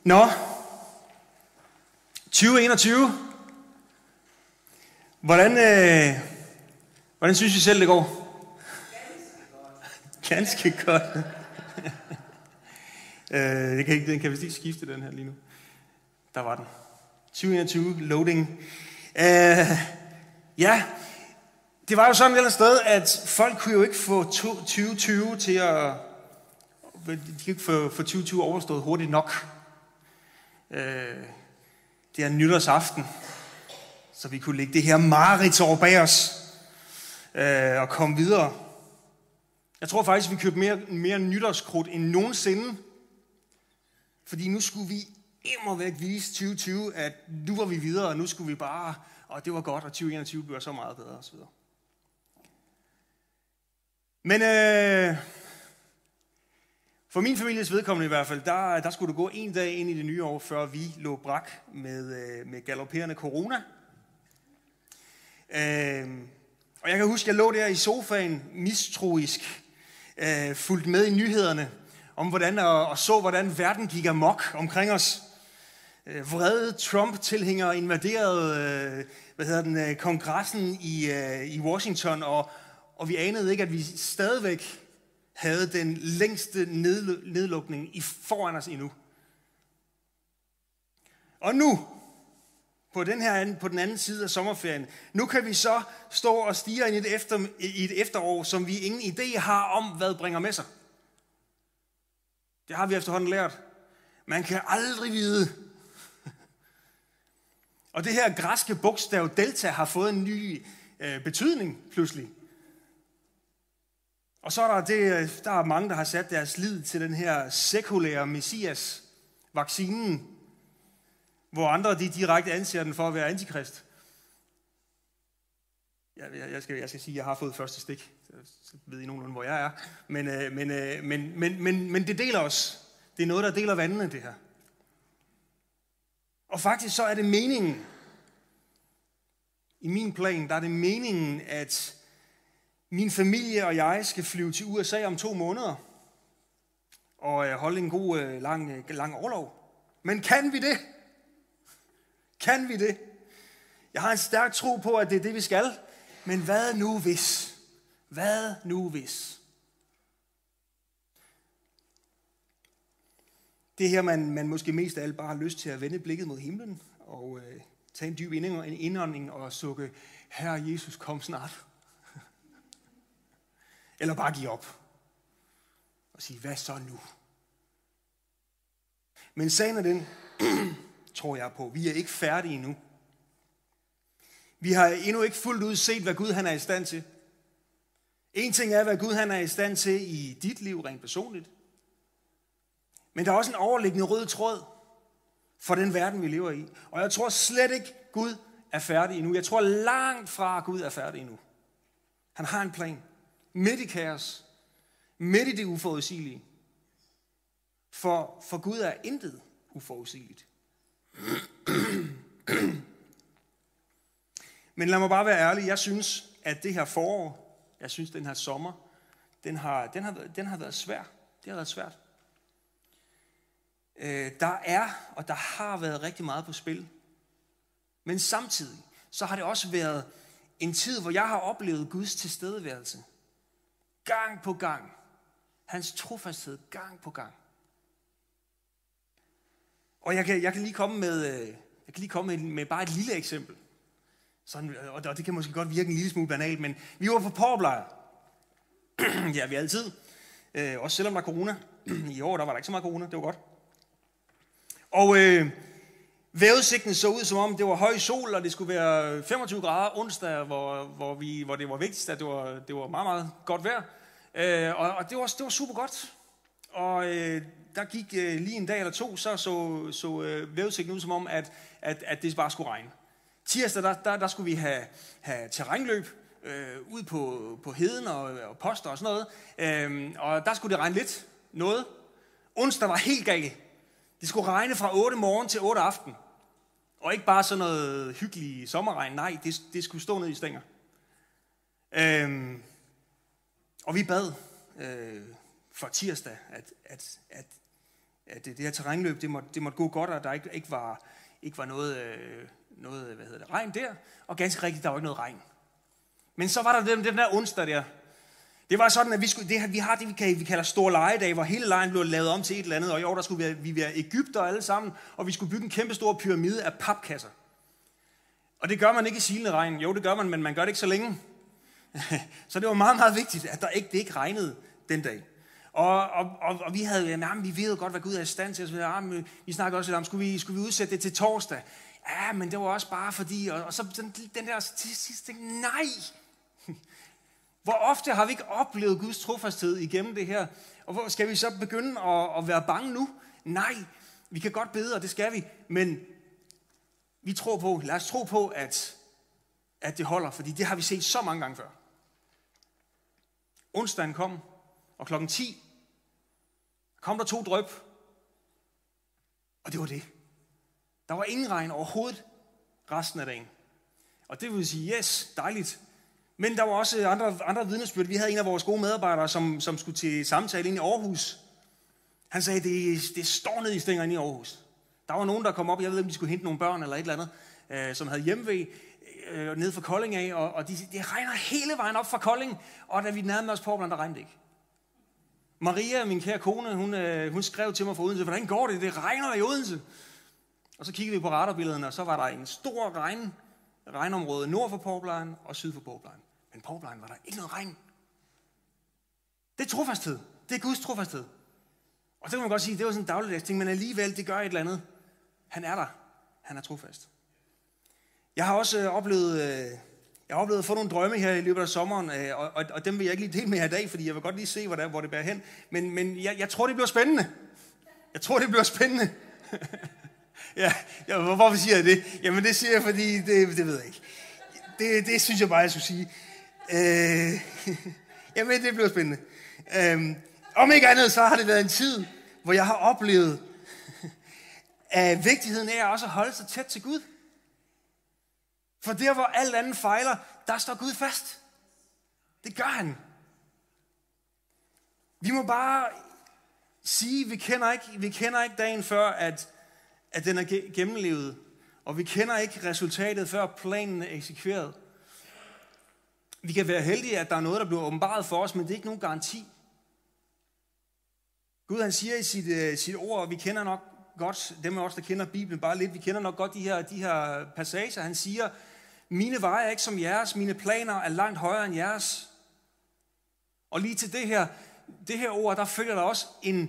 Nå, 2021. Hvordan synes I selv, det går? Ganske godt. Den kan vist ikke skifte, den her lige nu. Der var den. 2021, loading. Ja, det var jo sådan et eller andet sted, at folk kunne jo ikke få 2020 til at... De kan ikke få 2020 overstået hurtigt nok. Det er nytårsaften, så vi kunne lægge det her mareridt over bag os og komme videre. Jeg tror faktisk, vi købte mere nytårskrudt end nogensinde, fordi nu skulle vi immervæk vise 2020, at nu var vi videre, og nu skulle vi bare, og det var godt, og 2021 bliver så meget bedre osv. Men for min families vedkommende i hvert fald, der skulle det gå en dag ind i det nye år, før vi lå brak med galopperende corona. Og jeg kan huske, jeg lå der i sofaen, mistroisk, fulgte med i nyhederne, om og så, hvordan verden gik amok omkring os. Vrede Trump-tilhængere invaderede kongressen i Washington, og vi anede ikke, at vi stadigvæk havde den længste nedlukning foran os endnu. Og nu, på den anden side af sommerferien, nu kan vi så stå og stige ind i et efterår, som vi ingen idé har om, hvad bringer med sig. Det har vi efterhånden lært. Man kan aldrig vide. Og det her græske bogstav delta har fået en ny betydning pludselig. Og så er der er mange, der har sat deres lid til den her sekulære messias, vaccinen, hvor andre de direkte anser den for at være antikrist. Jeg skal sige, at jeg har fået første stik, så ved I nogenlunde, hvor jeg er. Men det deler os. Det er noget, der deler vandene, det her. Og faktisk så er det meningen, i min plan, der er det meningen, at min familie og jeg skal flyve til USA om 2 måneder og holde en god, lang orlov. Men kan vi det? Kan vi det? Jeg har en stærk tro på, at det er det, vi skal. Men hvad nu hvis? Hvad nu hvis? Det her, man måske mest af alt bare har lyst til at vende blikket mod himlen og tage en dyb indånding og sukke, Herre Jesus, kom snart. Eller bare give op og sige, hvad så nu? Men sagen er den, tror jeg på, vi er ikke færdige endnu. Vi har endnu ikke fuldt ud set, hvad Gud han er i stand til. En ting er, hvad Gud han er i stand til i dit liv, rent personligt. Men der er også en overliggende rød tråd for den verden, vi lever i. Og jeg tror slet ikke, Gud er færdig endnu. Jeg tror langt fra, Gud er færdig endnu. Han har en plan. Midt i kaos. Midt i det uforudsigelige. For Gud er intet uforudsigeligt. Men lad mig bare være ærlig. Jeg synes, at det her forår, jeg synes, den her sommer, den har været svær. Det har været svært. Der er, og der har været rigtig meget på spil. Men samtidig, så har det også været en tid, hvor jeg har oplevet Guds tilstedeværelse. Gang på gang. Hans trofasthed, gang på gang. Og jeg kan lige komme med bare et lille eksempel. Sådan, og det kan måske godt virke en lille smule banalt, men vi var på Påruplejr. Ja, vi altid. Også selvom der er corona. I år der var der ikke så meget corona, det var godt. Og vejrudsigten så ud som om, det var høj sol, og det skulle være 25 grader onsdag, hvor det var vigtigst, at det var meget, meget godt vejr. Og det var super godt. Og der gik lige en dag eller to, så vejrudsigten ud som om, at det bare skulle regne. Tirsdag, der skulle vi have terrænløb ud på heden og poster og sådan noget. Og der skulle det regne lidt noget. Onsdag var helt galt. Det skulle regne fra 8 morgen til 8 aften. Og ikke bare sådan noget hyggelig sommerregn. Nej, det skulle stå ned i stænger. Og vi bad for tirsdag, at at det her terrænløb, det måtte gå godt, og der ikke var noget regn der, og ganske rigtigt, der var ikke noget regn. Men så var der den der onsdag der. Det var sådan, at vi har det, vi kalder stor legedag, hvor hele lejren blev lavet om til et eller andet, og i år der skulle vi være Egypter alle sammen, og vi skulle bygge en kæmpe stor pyramide af papkasser. Og det gør man ikke i silende regn. Jo, det gør man, men man gør det ikke så længe. Så det var meget, meget vigtigt, at det ikke regnede den dag. Og vi ved jo godt, hvad Gud er i stand til. Så vi snakkede også lidt om, skulle vi udsætte det til torsdag? Ja, men det var også bare fordi, og så den der til sidst tænkte, nej. Hvor ofte har vi ikke oplevet Guds trofasthed igennem det her? Og hvor skal vi så begynde at være bange nu? Nej, vi kan godt bede, og det skal vi, men lad os tro på, at det holder, fordi det har vi set så mange gange før. Onsdagen kom, og klokken 10 kom der 2 dryp, og det var det. Der var ingen regn overhovedet resten af dagen. Og det vil sige, yes, dejligt. Men der var også andre vidnesbyrd. Vi havde en af vores gode medarbejdere, som skulle til samtale ind i Aarhus. Han sagde, det står ned i stængerne i Aarhus. Der var nogen, der kom op, jeg ved ikke, om de skulle hente nogle børn eller et eller andet, som havde hjemmevæg ned fra Kolding af, og det regner hele vejen op fra Kolding, og da vi nærmede os på, der regnede ikke. Maria, min kære kone, hun skrev til mig fra Odense, hvordan går det? Det regner i Odense. Og så kiggede vi på radarbillederne, og så var der en stor regnområde nord for Porplejren og syd for Porplejren. Men Porplejren var der ikke noget regn. Det er trofasthed. Det er Guds trofasthed. Og det kan man godt sige, det var sådan en dagligdags ting, men alligevel, det gør et eller andet. Han er der. Han er trofast. Jeg har også oplevet at få nogle drømme her i løbet af sommeren, og dem vil jeg ikke lige dele med jer i dag, fordi jeg vil godt lige se, hvor det bærer hen. Men jeg tror, det bliver spændende. Jeg tror, det bliver spændende. Hvorfor siger jeg det? Jamen, det siger jeg, fordi det ved jeg ikke. Det synes jeg bare, jeg skulle sige. Jamen, det bliver spændende. Om ikke andet, så har det været en tid, hvor jeg har oplevet, at vigtigheden er også at holde sig tæt til Gud. For der, hvor alt andet fejler, der står Gud fast. Det gør han. Vi må bare sige, vi kender ikke dagen før, at den er gennemlevet. Og vi kender ikke resultatet, før planen er eksekveret. Vi kan være heldige, at der er noget, der bliver åbenbaret for os, men det er ikke nogen garanti. Gud, han siger i sit ord, og vi kender nok godt, dem af os, der kender Bibelen bare lidt, vi kender nok godt de her passager. Han siger, mine veje er ikke som jeres, mine planer er langt højere end jeres. Og lige til det her ord, der følger der også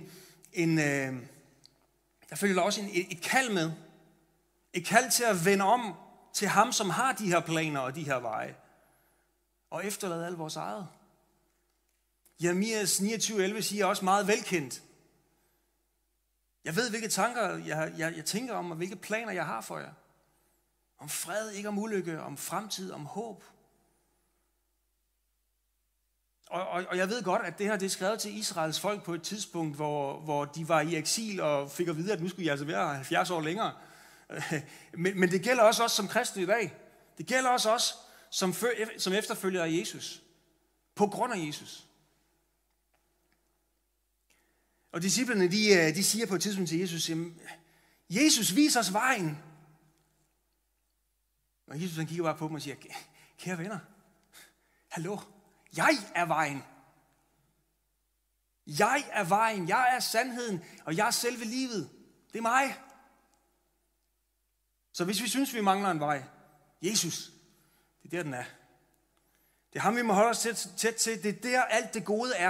et kald med. Et kald til at vende om til ham, som har de her planer og de her veje. Og efterlade alt vores eget. Jeremias 29:11 siger også meget velkendt. Jeg ved, hvilke tanker jeg tænker om, og hvilke planer jeg har for jer. Om fred, ikke om ulykke, om fremtid, om håb. Og jeg ved godt, at det her det er skrevet til Israels folk på et tidspunkt, hvor de var i eksil og fik at vide, at nu skulle I altså være 70 år længere. Men det gælder også os som kristne i dag. Det gælder også os som efterfølgere af Jesus. På grund af Jesus. Og disciplene, de siger på et tidspunkt til Jesus, Jesus, vis os vejen. Og Jesus han kigger bare på dem og siger, kære venner, hallo, jeg er vejen. Jeg er vejen, jeg er sandheden, og jeg er selve livet. Det er mig. Så hvis vi synes, vi mangler en vej, Jesus, det er der, den er. Det er ham, vi må holde os tæt til. Det er der, alt det gode er.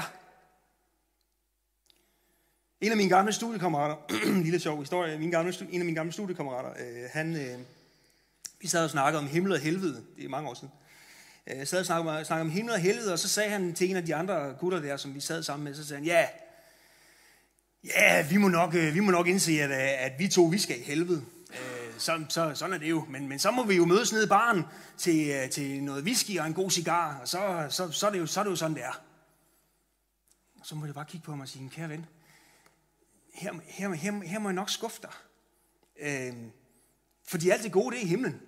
En af mine gamle studiekammerater, en lille sjov historie, en af mine gamle studiekammerater, vi sad og snakkede om himmel og helvede, det er mange år siden. Sad og snakkede om himmel og helvede, og så sagde han til en af de andre gutter der, som vi sad sammen med, så sagde han, ja, vi må nok indse, at vi to, vi skal i helvede. Sådan er det jo. Men så må vi jo mødes nede i baren til noget whisky og en god cigar, og så er det jo sådan, det er. Og så må jeg bare kigge på ham og sige, kære ven, her må jeg nok skuffe dig. Fordi alt det gode, det er i himlen.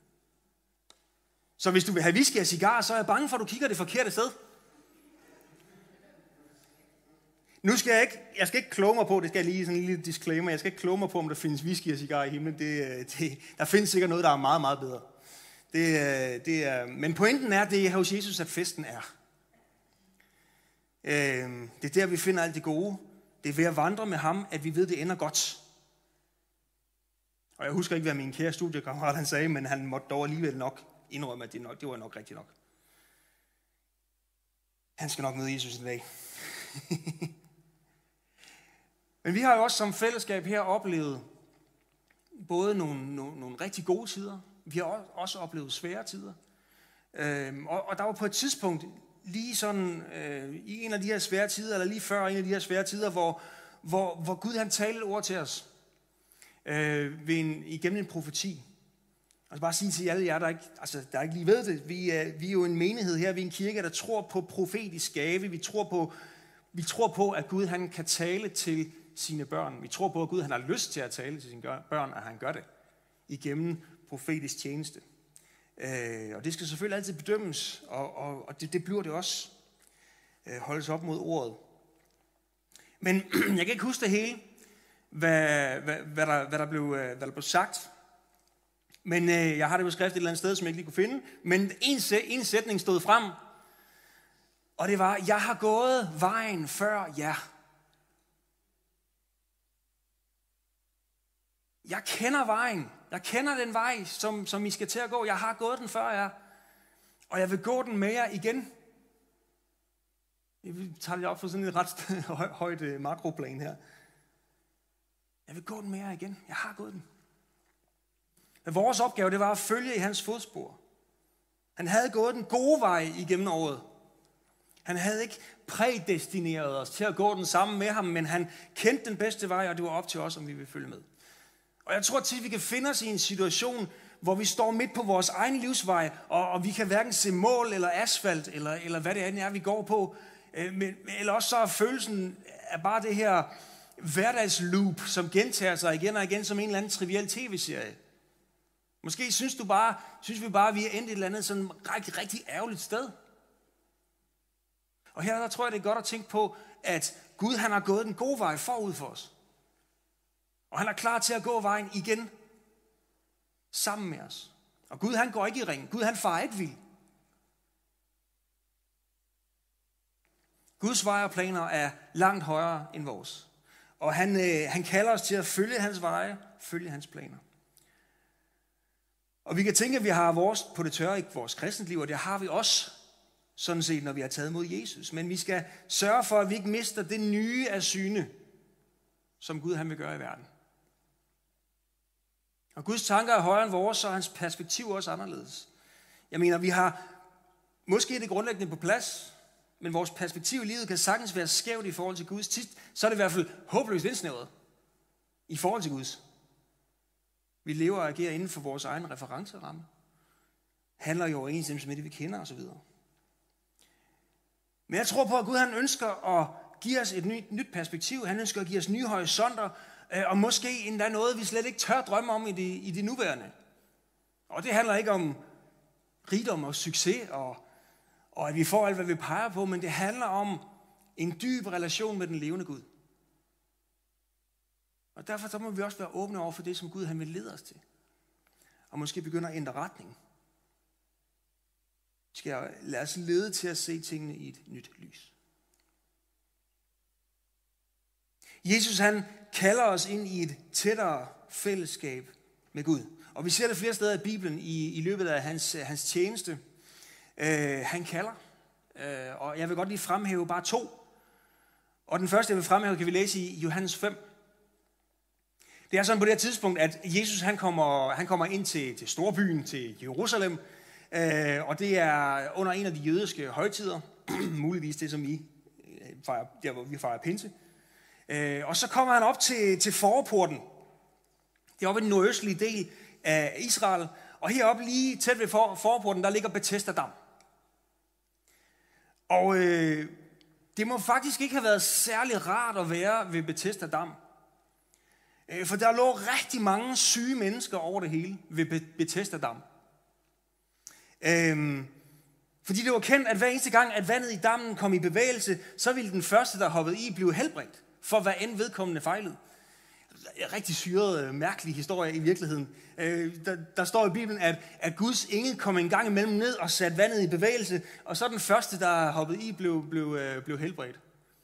Så hvis du vil have whisky og cigar, så er jeg bange for, at du kigger det forkerte sted. Nu skal jeg skal ikke kloge mig på, det skal jeg lige sådan en lille disclaimer, jeg skal ikke kloge mig på, om der findes whisky og cigar i himlen. Der findes sikkert noget, der er meget, meget bedre. Men pointen er, det er hos Jesus, at festen er. Det er der, vi finder alt det gode. Det er ved at vandre med ham, at vi ved, det ender godt. Og jeg husker ikke, hvad min kære studiekammerat han sagde, men han måtte dog alligevel nok indrømme, at det var nok rigtigt nok. Han skal nok møde Jesus i dag. Men vi har jo også som fællesskab her oplevet både nogle rigtig gode tider. Vi har også oplevet svære tider. Og der var på et tidspunkt, lige sådan i en af de her svære tider, eller lige før en af de her svære tider, hvor Gud han talte et ord til os igennem en profeti. Og så bare sige til alle jer, der ikke lige ved det, vi er jo en menighed her, vi er en kirke, der tror på profetisk gave. Vi tror på, at Gud han kan tale til sine børn. Vi tror på, at Gud han har lyst til at tale til sine børn, at han gør det igennem profetisk tjeneste. Og det skal selvfølgelig altid bedømmes, og det bliver det også. Holdes op mod ordet. Men jeg kan ikke huske det hele, hvad der blev sagt. Men jeg har det beskrevet et eller andet sted, som jeg ikke lige kunne finde. Men en sætning stod frem, og det var, jeg har gået vejen før jer. Jeg kender vejen. Jeg kender den vej, som I skal til at gå. Jeg har gået den før jer, og jeg vil gå den med jer igen. Vi tager det op for sådan et ret højt makroplan her. Jeg vil gå den med jer igen. Jeg har gået den. Men vores opgave, det var at følge i hans fodspor. Han havde gået den gode vej igennem året. Han havde ikke prædestineret os til at gå den samme med ham, men han kendte den bedste vej, og det var op til os, om vi vil følge med. Og jeg tror tit, vi kan finde os i en situation, hvor vi står midt på vores egen livsvej, og vi kan hverken se mål eller asfalt, eller hvad det er, vi går på. Eller også så er følelsen af bare det her hverdagsloop, som gentager sig igen og igen som en eller anden triviel tv-serie. Måske synes vi bare, at vi er endt et eller andet sådan rigtig, rigtig ærgerligt sted. Og her der tror jeg, det er godt at tænke på, at Gud han har gået den gode vej forud for os. Og han er klar til at gå vejen igen sammen med os. Og Gud han går ikke i ring. Gud han farer ikke vild. Guds veje og planer er langt højere end vores. Og han kalder os til at følge hans veje, følge hans planer. Og vi kan tænke, at vi har vores på det tørre i vores kristenliv, og det har vi også sådan set, når vi har taget mod Jesus. Men vi skal sørge for, at vi ikke mister det nye af syne, som Gud han vil gøre i verden. Og Guds tanker er højere end vores, så er hans perspektiv også anderledes. Jeg mener, vi har måske det grundlæggende på plads, men vores perspektiv i livet kan sagtens være skævt i forhold til Guds. Tit, så er det i hvert fald håbløst indsnævret i forhold til Guds. Vi lever og agerer inden for vores egen referenceramme. Handler i overensstemmelse med det, vi kender osv. Men jeg tror på, at Gud han ønsker at give os et nyt perspektiv. Han ønsker at give os nye horisonter, og måske endda noget, vi slet ikke tør drømme om i det nuværende. Og det handler ikke om rigdom og succes, og at vi får alt, hvad vi peger på, men det handler om en dyb relation med den levende Gud. Og derfor så må vi også være åbne over for det, som Gud han vil lede os til. Og måske begynde at ændre retning. Vi skal lade os lede til at se tingene i et nyt lys. Jesus han kalder os ind i et tættere fællesskab med Gud. Og vi ser det flere steder i Bibelen i løbet af hans tjeneste. Han kalder. Og jeg vil godt lige fremhæve bare 2. Og den første, jeg vil fremhæve, kan vi læse i Johannes 5. Det er sådan på det her tidspunkt, at Jesus han kommer ind til storbyen, til Jerusalem. Og det er under en af de jødiske højtider. Muligvis det, som der hvor vi fejrer pinse. Og så kommer han op til forporten. Det er oppe i den nordøstlige del af Israel. Og heroppe lige tæt ved forporten, der ligger Betesda-dam. Og det må faktisk ikke have været særlig rart at være ved Betesda-dam. For der lå rigtig mange syge mennesker over det hele ved Betesda-dam. Fordi det var kendt, at hver eneste gang, at vandet i dammen kom i bevægelse, så ville den første, der hoppede i, blive helbredt, for hvad end vedkommende fejlede. Rigtig syret, mærkelig historie i virkeligheden. Der står i Bibelen, at Guds engel kom en gang imellem ned og satte vandet i bevægelse, og så den første, der hoppede i, blev helbredt.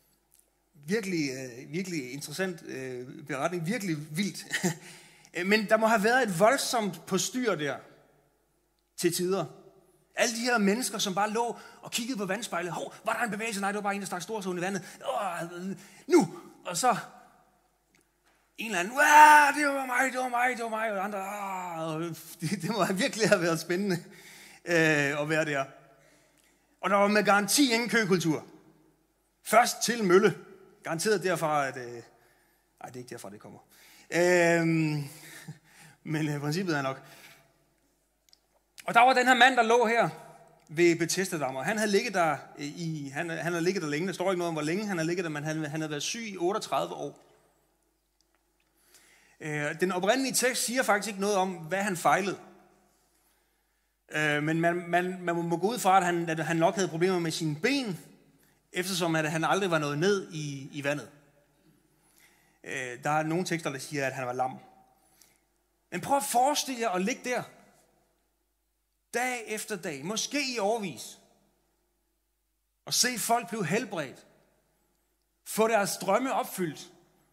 Virkelig interessant beretning, virkelig vildt. Men der må have været et voldsomt postyr der til tider. Alle de her mennesker, som bare lå og kiggede på vandspejlet. Hov, var der en bevægelse? Nej, det var bare en, der stak storsåen i vandet. Nu! Og så en eller anden, det var mig, og andre, det må virkelig have været spændende at være der. Og der var med garanti ingen køkultur. Først til mølle. Garanteret derfra, at... nej, det er ikke derfra, det kommer. Men princippet er nok. Og der var den her mand, der lå her ved Betesda-dammer. Han havde ligget der han havde ligget der længe. Der står ikke noget om, hvor længe han havde ligget der, men han havde været syg i 38 år. Den oprindelige tekst siger faktisk ikke noget om, hvad han fejlede. Men man må gå ud fra, at han nok havde problemer med sine ben, eftersom at han aldrig var nået ned i vandet. Der er nogle tekster, der siger, at han var lam. Men prøv at forestille jer at ligge der, dag efter dag, måske i årevis, og se folk blive helbredt, få deres drømme opfyldt,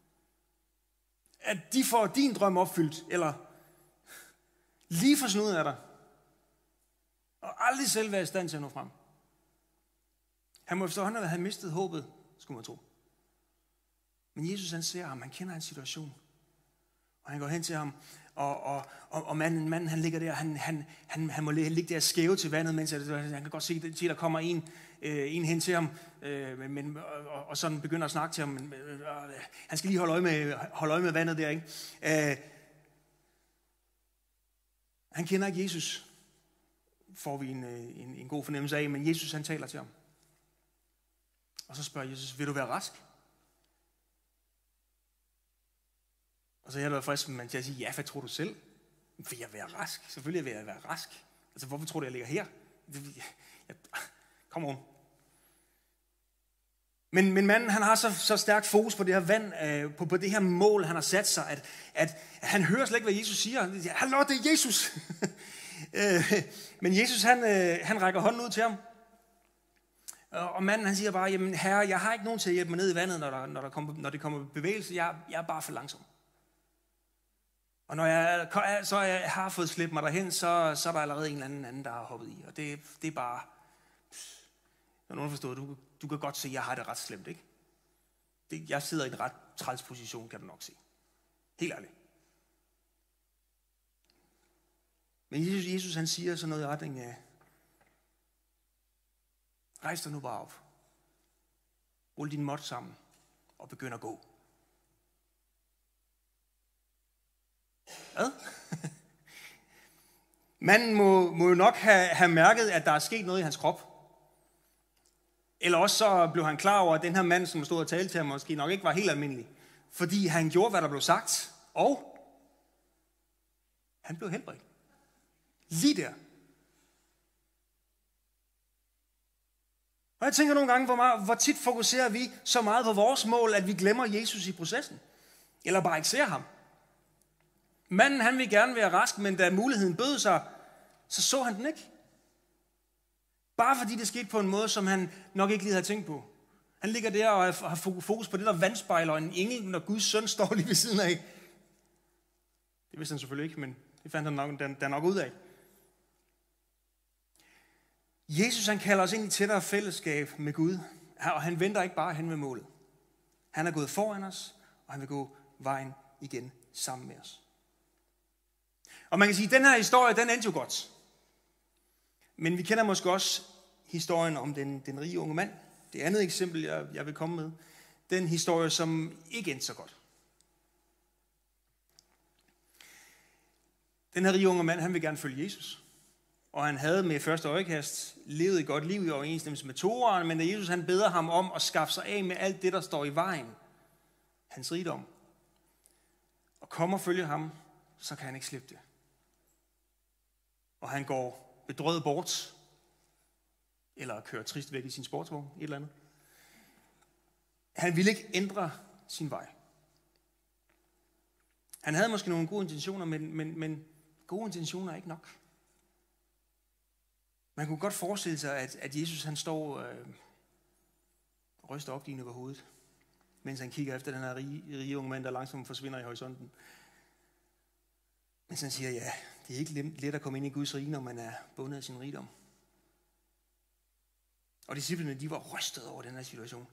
at de får din drøm opfyldt, eller lige få sådan ud af dig, og aldrig selv være i stand til at nå frem. Han må efterhånden have mistet håbet, skulle man tro. Men Jesus, han ser ham, han kender hans situation, og han går hen til ham, og manden han ligger der, han må ligge der skæve til vandet, mens han kan godt se, at der kommer en hen til ham, og sådan begynder at snakke til ham. Han skal lige holde øje med vandet der, ikke? Han kender ikke Jesus, får vi en god fornemmelse af, men Jesus, han taler til ham. Og så spørger Jesus, vil du være rask? Og så har jeg været frisk, men til at sige, ja, hvad tror du selv? Vil jeg være rask? Selvfølgelig vil jeg være rask. Altså, hvorfor tror du, jeg ligger her? Kom on. Men manden, han har så stærkt fokus på det her vand, på det her mål, han har sat sig, at han hører slet ikke, hvad Jesus siger. Hallo, det er Jesus! Men Jesus, han rækker hånden ud til ham. Og manden, han siger bare, jamen herre, jeg har ikke nogen til at hjælpe mig ned i vandet, når det kommer bevægelse. Jeg er bare for langsom. Og når jeg har fået slæbt mig derhen, så er der allerede en eller anden, der har hoppet i. Og det er bare... Når nogen forstår, du kan godt se, at jeg har det ret slemt, ikke? Jeg sidder i en ret træls position, kan du nok se. Helt ærligt. Men Jesus, han siger sådan noget i retning af, rejs dig nu bare op. Rul din måt sammen og begynd at gå. Hvad? Manden må jo nok have mærket, at der er sket noget i hans krop. Eller også så blev han klar over, at den her mand, som stod og talte til ham, måske nok ikke var helt almindelig. Fordi han gjorde, hvad der blev sagt. Og han blev helbredt. Lige der. Og jeg tænker nogle gange, hvor tit fokuserer vi så meget på vores mål, at vi glemmer Jesus i processen. Eller bare ikke ser ham. Manden, han ville gerne være rask, men da muligheden bød sig, så han den ikke. Bare fordi det skete på en måde, som han nok ikke lige havde tænkt på. Han ligger der og har fokus på det der vandspejl, og en engel, når Guds søn står lige ved siden af. Det vidste han selvfølgelig ikke, men det fandt han nok ud af. Jesus, han kalder os ind i tættere fællesskab med Gud, og han venter ikke bare hen ved målet. Han er gået foran os, og han vil gå vejen igen sammen med os. Og man kan sige, at den her historie, den endte jo godt. Men vi kender måske også historien om den rige unge mand. Det andet eksempel, jeg vil komme med. Den historie, som ikke endte så godt. Den her rige unge mand, han vil gerne følge Jesus. Og han havde med første øjekast levet et godt liv i overensstemmelse med Toraen, men da Jesus han beder ham om at skaffe sig af med alt det, der står i vejen, hans rigdom, og komme og følge ham, så kan han ikke slippe det. Og han går bedrøvet bort, eller køre trist væk i sin sportsvogn, et eller andet. Han ville ikke ændre sin vej. Han havde måske nogle gode intentioner, men gode intentioner er ikke nok. Man kunne godt forestille sig, at Jesus han står og ryster opdien over hovedet, mens han kigger efter den her rige unge mand, der langsomt forsvinder i horisonten. Men han siger, ja, det er ikke let at komme ind i Guds rige, når man er bundet af sin rigdom. Og disciplene, de var rystet over den her situation.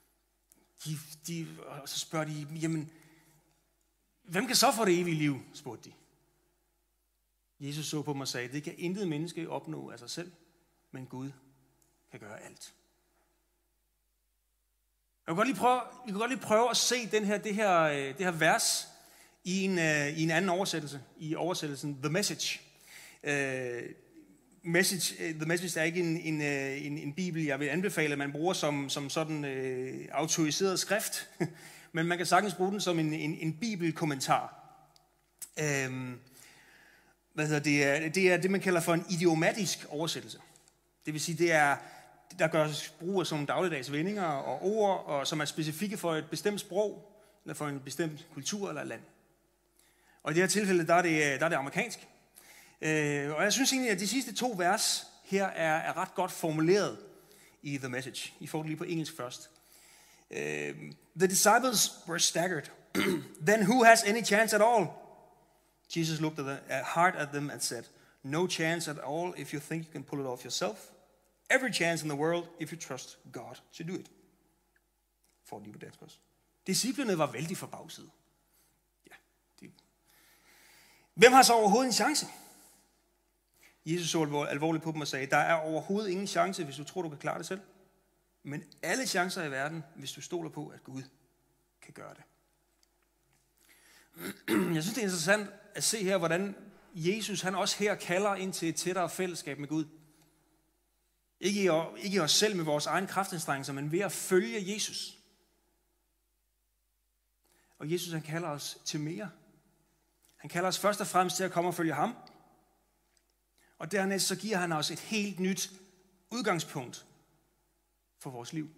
Og så spørger de, jamen, hvem kan så få det evige liv, spurgte de. Jesus så på dem og sagde, det kan intet menneske opnå af sig selv, men Gud kan gøre alt. Jeg kan godt lige prøve at se det her vers i en anden oversættelse, i oversættelsen The Message. The Message er ikke en bibel, jeg vil anbefale, at man bruger som sådan autoriseret skrift, men man kan sagtens bruge den som en bibelkommentar. Det er det, man kalder for en idiomatisk oversættelse. Det vil sige, der gøres brug af sådan dagligdags vendinger og ord, og som er specifikke for et bestemt sprog, eller for en bestemt kultur eller land. Og i det her tilfælde, der er det amerikansk. Og jeg synes egentlig, at de sidste 2 vers her er ret godt formuleret i The Message. I får det lige på engelsk først. The disciples were staggered. Then who has any chance at all? Jesus looked hard at them and said, no chance at all if you think you can pull it off yourself. Every chance in the world if you trust God to do it. For lige på dansk også. Disciplene var vældig forbavsede. Ja, Hvem har så overhovedet en chance? Jesus så alvorligt på dem og sagde, der er overhovedet ingen chance, hvis du tror, du kan klare det selv. Men alle chancer i verden, hvis du stoler på, at Gud kan gøre det. Jeg synes, det er interessant at se her, hvordan Jesus han også her kalder ind til et tættere fællesskab med Gud. Ikke i os selv med vores egen kraftanstrengelser, men ved at følge Jesus. Og Jesus han kalder os til mere. Han kalder os først og fremmest til at komme og følge ham. Og dernæst så giver han os et helt nyt udgangspunkt for vores liv.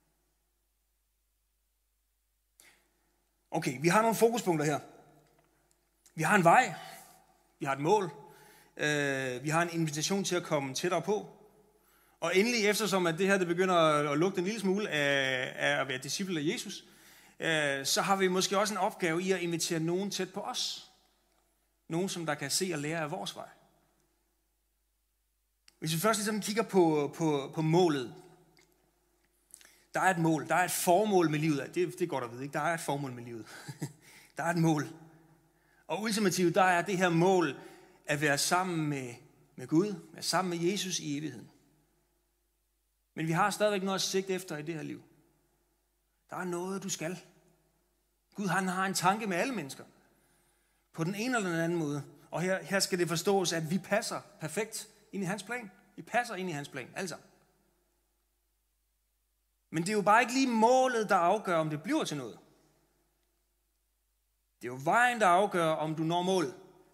Okay, vi har nogle fokuspunkter her. Vi har en vej. Vi har et mål. Vi har en invitation til at komme tættere på. Og endelig, eftersom at det her det begynder at lugte en lille smule af at være disciple af Jesus, så har vi måske også en opgave i at invitere nogen tæt på os. Nogen, som der kan se og lære af vores vej. Hvis vi først ligesom kigger på målet. Der er et mål. Der er et formål med livet. Det er godt at vide, ikke? Der er et formål med livet. Der er et mål. Og ultimativt, der er det her mål at være sammen med Gud, være sammen med Jesus i evigheden. Men vi har stadigvæk noget at sigte efter i det her liv. Der er noget, du skal. Gud han har en tanke med alle mennesker. På den ene eller den anden måde. Og her skal det forstås, at vi passer perfekt ind i hans plan. Vi passer ind i hans plan, alle sammen. Men det er jo bare ikke lige målet, der afgør, om det bliver til noget. Det er jo vejen, der afgør, om du når målet.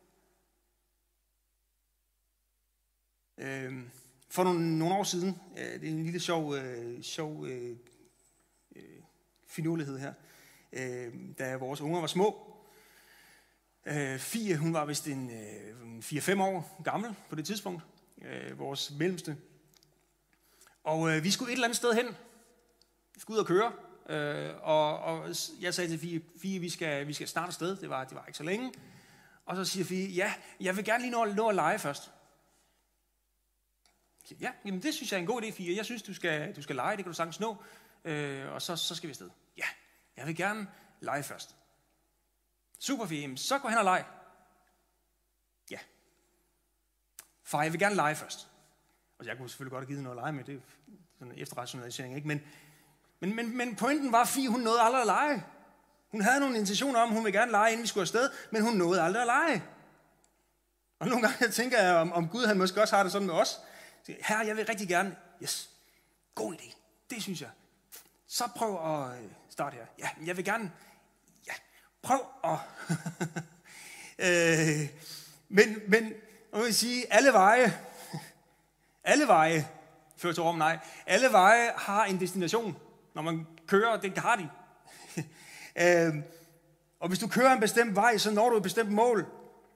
For nogle år siden, det er en lille sjov finurlighed her, da vores unger var små. Fie, hun var vist en 4-5 år gammel på det tidspunkt, vores mellemste. Og vi skulle et eller andet sted hen. Vi skulle ud og køre. Og jeg sagde til Fie, vi skal snart afsted. Det var ikke så længe. Og så siger Fie, ja, jeg vil gerne lige nå at lege først. Ja, jamen det synes jeg er en god idé, Fie. Jeg synes, du skal lege, det kan du sagtens nå. Og så skal vi afsted. Ja, jeg vil gerne lege først. Super, Fie. Så gå hen og lege. Ja. Far, jeg vil gerne lege først. Og jeg kunne selvfølgelig godt have givet noget at lege med. Det er sådan en efterrationalisering, ikke? Men pointen var, Fie, hun nåede aldrig at lege. Hun havde nogle intentioner om, hun ville gerne lege, inden vi skulle afsted, men hun nåede aldrig at lege. Og nogle gange tænker jeg, om Gud han måske også har det sådan med os. Herre, jeg vil rigtig gerne. Yes, god idé. Det synes jeg. Så prøv at starte her. Ja, jeg vil gerne. Ja, prøv at. men, jeg vil sige, alle veje fører til Rom, nej. Alle veje har en destination. Når man kører, det har de. Og hvis du kører en bestemt vej, så når du et bestemt mål.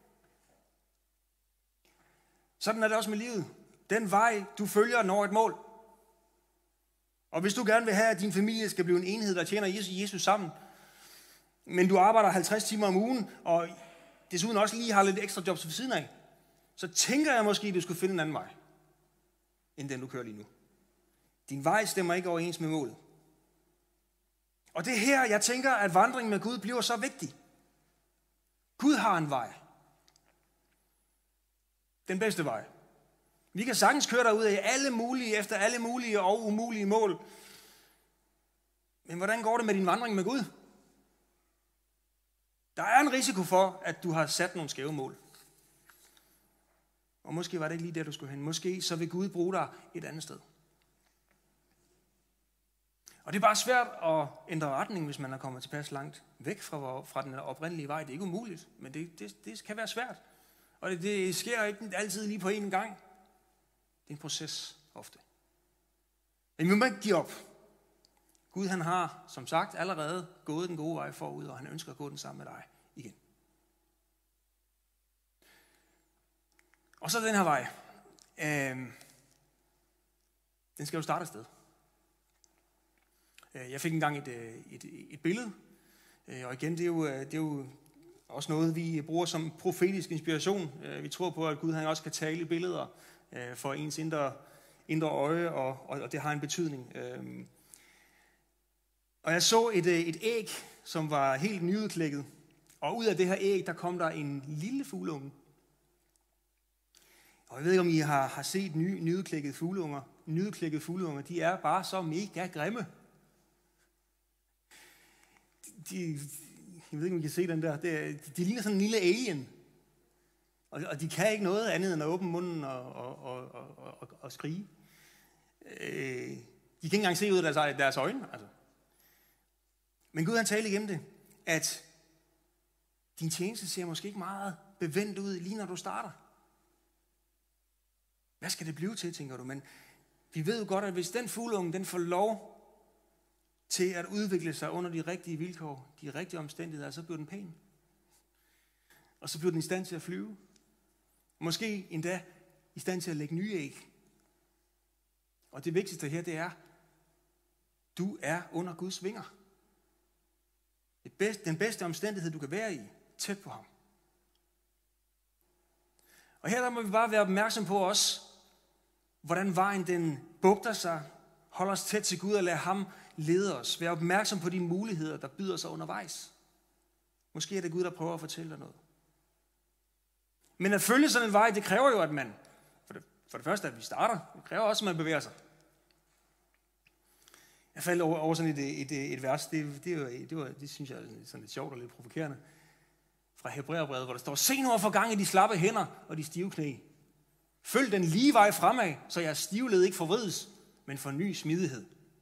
Sådan er det også med livet. Den vej, du følger, når et mål. Og hvis du gerne vil have, at din familie skal blive en enhed, der tjener Jesus sammen, men du arbejder 50 timer om ugen, og desuden også lige har lidt ekstra jobs ved siden af, så tænker jeg måske, at du skulle finde en anden vej, end den du kører lige nu. Din vej stemmer ikke overens med målet. Og det er her, jeg tænker, at vandringen med Gud bliver så vigtig. Gud har en vej. Den bedste vej. Vi kan sagtens køre derud af efter alle mulige og umulige mål. Men hvordan går det med din vandring med Gud? Der er en risiko for, at du har sat nogle skæve mål. Og måske var det ikke lige der, du skulle hen. Måske så vil Gud bruge dig et andet sted. Og det er bare svært at ændre retning, hvis man er kommet tilpas langt væk fra den oprindelige vej. Det er ikke umuligt, men det kan være svært. Og det sker ikke altid lige på én gang. Det er en proces ofte. Men vi må ikke give op. Gud han har, som sagt, allerede gået den gode vej forud, og han ønsker at gå den sammen med dig igen. Og så den her vej. Den skal jo starte et sted. Jeg fik engang et billede, og igen, det er jo også noget, vi bruger som profetisk inspiration. Vi tror på, at Gud han også kan tale i billeder for ens indre øje, og det har en betydning. Og jeg så et æg, som var helt nyudklækket, og ud af det her æg, der kom der en lille fugleunge. Og jeg ved ikke, om I har set nyudklækkede fugleunger. Nyudklækkede fugleunger, de er bare så mega grimme. Jeg ved ikke, om I kan se den der. De ligner sådan en lille alien. Og de kan ikke noget andet end at åbne munden og skrige. De kan ikke engang se ud af deres øjne. Altså. Men Gud han talte igennem det, at din tjeneste ser måske ikke meget bevendt ud, lige når du starter. Hvad skal det blive til, tænker du? Men vi ved jo godt, at hvis den fugleunge, den får lov til at udvikle sig under de rigtige vilkår, de rigtige omstændigheder, så bliver den pæn. Og så bliver den i stand til at flyve. Måske endda i stand til at lægge nye æg. Og det vigtigste her, det er, du er under Guds vinger. Den bedste omstændighed, du kan være i, tæt på ham. Og her der må vi bare være opmærksom på os, hvordan vejen den bugter sig, holder os tæt til Gud og lade ham lede os. Vær opmærksom på de muligheder, der byder sig undervejs. Måske er det Gud, der prøver at fortælle dig noget. Men at følge sådan en vej, det kræver jo, at man, for det første, at vi starter. Det kræver også, at man bevæger sig. Jeg faldt over sådan et vers, det synes jeg er sådan lidt sjovt og lidt provokerende, fra Hebræerbrevet, hvor der står, se nu at få gang i de slappe hænder og de stive knæ. Følg den lige vej fremad, så jeres stivled ikke forvrides, men får ny smidighed.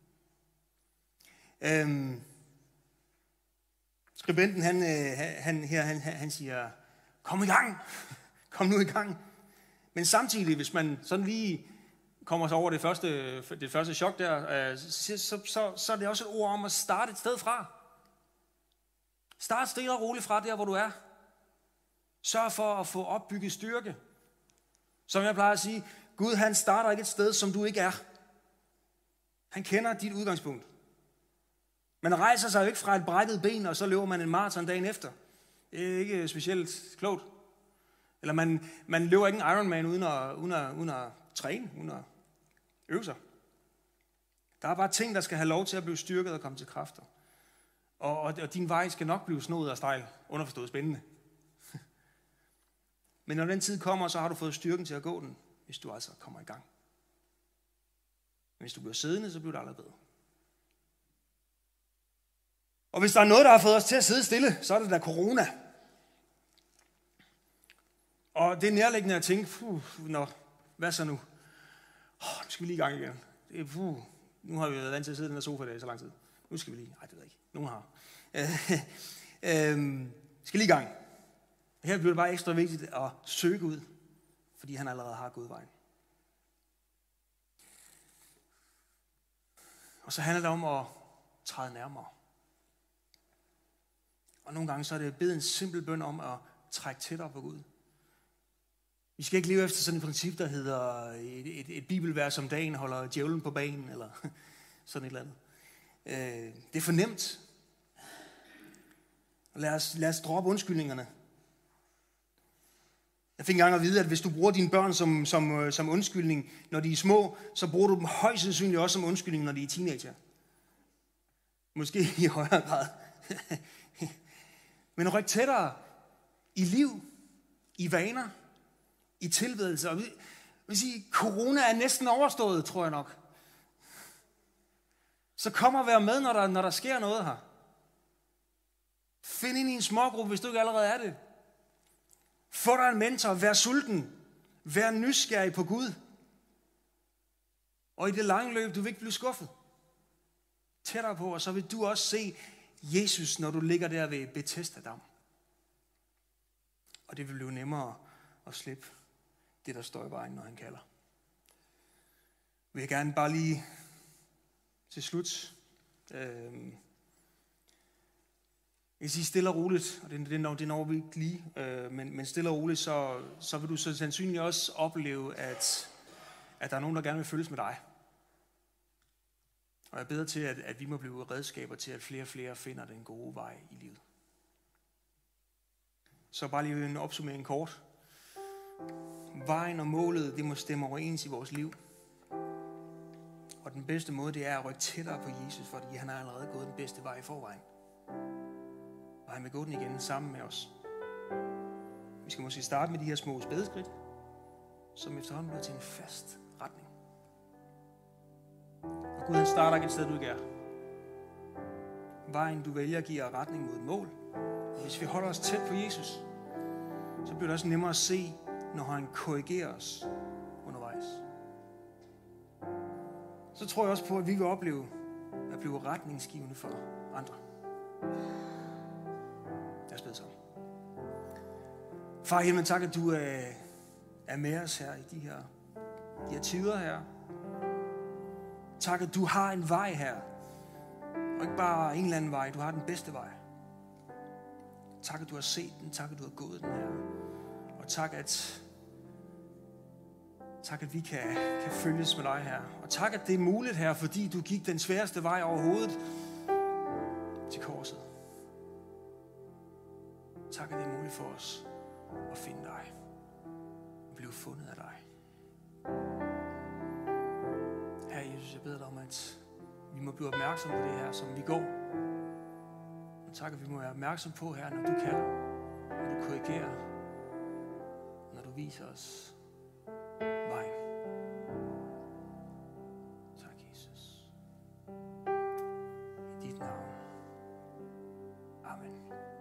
Skribenten, han siger, kom i gang, kom nu i gang. Men samtidig, hvis man sådan lige kommer så over det første chok der, så er det også et ord om at starte et sted fra. Start stille og roligt fra der, hvor du er. Sørg for at få opbygget styrke. Som jeg plejer at sige, Gud han starter ikke et sted, som du ikke er. Han kender dit udgangspunkt. Man rejser sig jo ikke fra et brækket ben, og så løber man en maraton dagen efter. Det er ikke specielt klogt. Eller man løber ikke en Ironman uden at træne, uden at øve sig. Der er bare ting, der skal have lov til at blive styrket og komme til kræfter. Og din vej skal nok blive snoet og stejl, underforstået spændende. Men når den tid kommer, så har du fået styrken til at gå den, hvis du altså kommer i gang. Men hvis du bliver siddende, så bliver det aldrig bedre. Og hvis der er noget, der har fået os til at sidde stille, så er det da corona. Og det er nærliggende at tænke, hvad så nu? Nu skal vi lige i gang igen. Nu har vi været vant til at sidde i den her sofa der i så lang tid. Nu skal vi lige, det ved jeg ikke. Nogen har. Skal lige i gang. Her bliver det bare ekstra vigtigt at søge ud, fordi han allerede har gået vejen. Og så handler det om at træde nærmere. Og nogle gange så er det at bede en simpel bøn om at trække tættere på Gud. Vi skal ikke leve efter sådan et princip, der hedder et bibelvers om dagen holder djævlen på banen, eller sådan et eller andet. Det er for nemt. Lad os droppe undskyldningerne. Jeg fik engang at vide, at hvis du bruger dine børn som undskyldning, når de er små, så bruger du dem højst sandsynligt også som undskyldning, når de er teenager. Måske i højere grad. Men ryk tættere i liv, i vaner, i tilbedelse. Og vil sige, corona er næsten overstået, tror jeg nok. Så kom og vær med, når der sker noget her. Find ind i en smågruppe, hvis du ikke allerede er det. Få dig en mentor, vær sulten, vær nysgerrig på Gud. Og i det lange løb, du vil ikke blive skuffet. Tættere på, og så vil du også se Jesus, når du ligger der ved Bethesda-dam. Og det vil blive nemmere at slippe det, der står i vejen, når han kalder. Vil jeg gerne bare lige til slut. Jeg siger stille og roligt, og det når vi ikke lige, men stille og roligt, så vil du så sandsynligt også opleve, at der er nogen, der gerne vil følges med dig. Og jeg beder til, at vi må blive redskaber til, at flere og flere finder den gode vej i livet. Så bare lige en opsummering kort. Vejen og målet, det må stemme overens i vores liv. Og den bedste måde, det er at rykke tættere på Jesus, fordi han har allerede gået den bedste vej i forvejen. Og han vil gå den igen sammen med os. Vi skal måske starte med de her små spædeskridt, som efterhånden bliver til en fast retning. Og Gud, han starter ikke et sted, du ikke er. Vejen, du vælger, giver retning mod et mål. Og hvis vi holder os tæt på Jesus, så bliver det også nemmere at se, når han korrigerer os undervejs. Så tror jeg også på, at vi vil opleve at blive retningsgivende for andre. Lad os bede sammen. Far i himlen, tak, at du er med os her i de her tider her. Tak, at du har en vej her. Og ikke bare en eller anden vej, du har den bedste vej. Tak, at du har set den. Tak, at du har gået den her. Og tak, at vi kan følges med dig her. Og tak, at det er muligt her, fordi du gik den sværeste vej overhovedet til korset. Tak, at det er muligt for os at finde dig. Og blive fundet af dig. Herre Jesus, jeg beder dig om, at vi må blive opmærksom på det her, som vi går. Og tak, at vi må være opmærksom på her, når du kalder, når du korrigerer, når du viser os vejen. Tak, Jesus. I dit navn. Amen.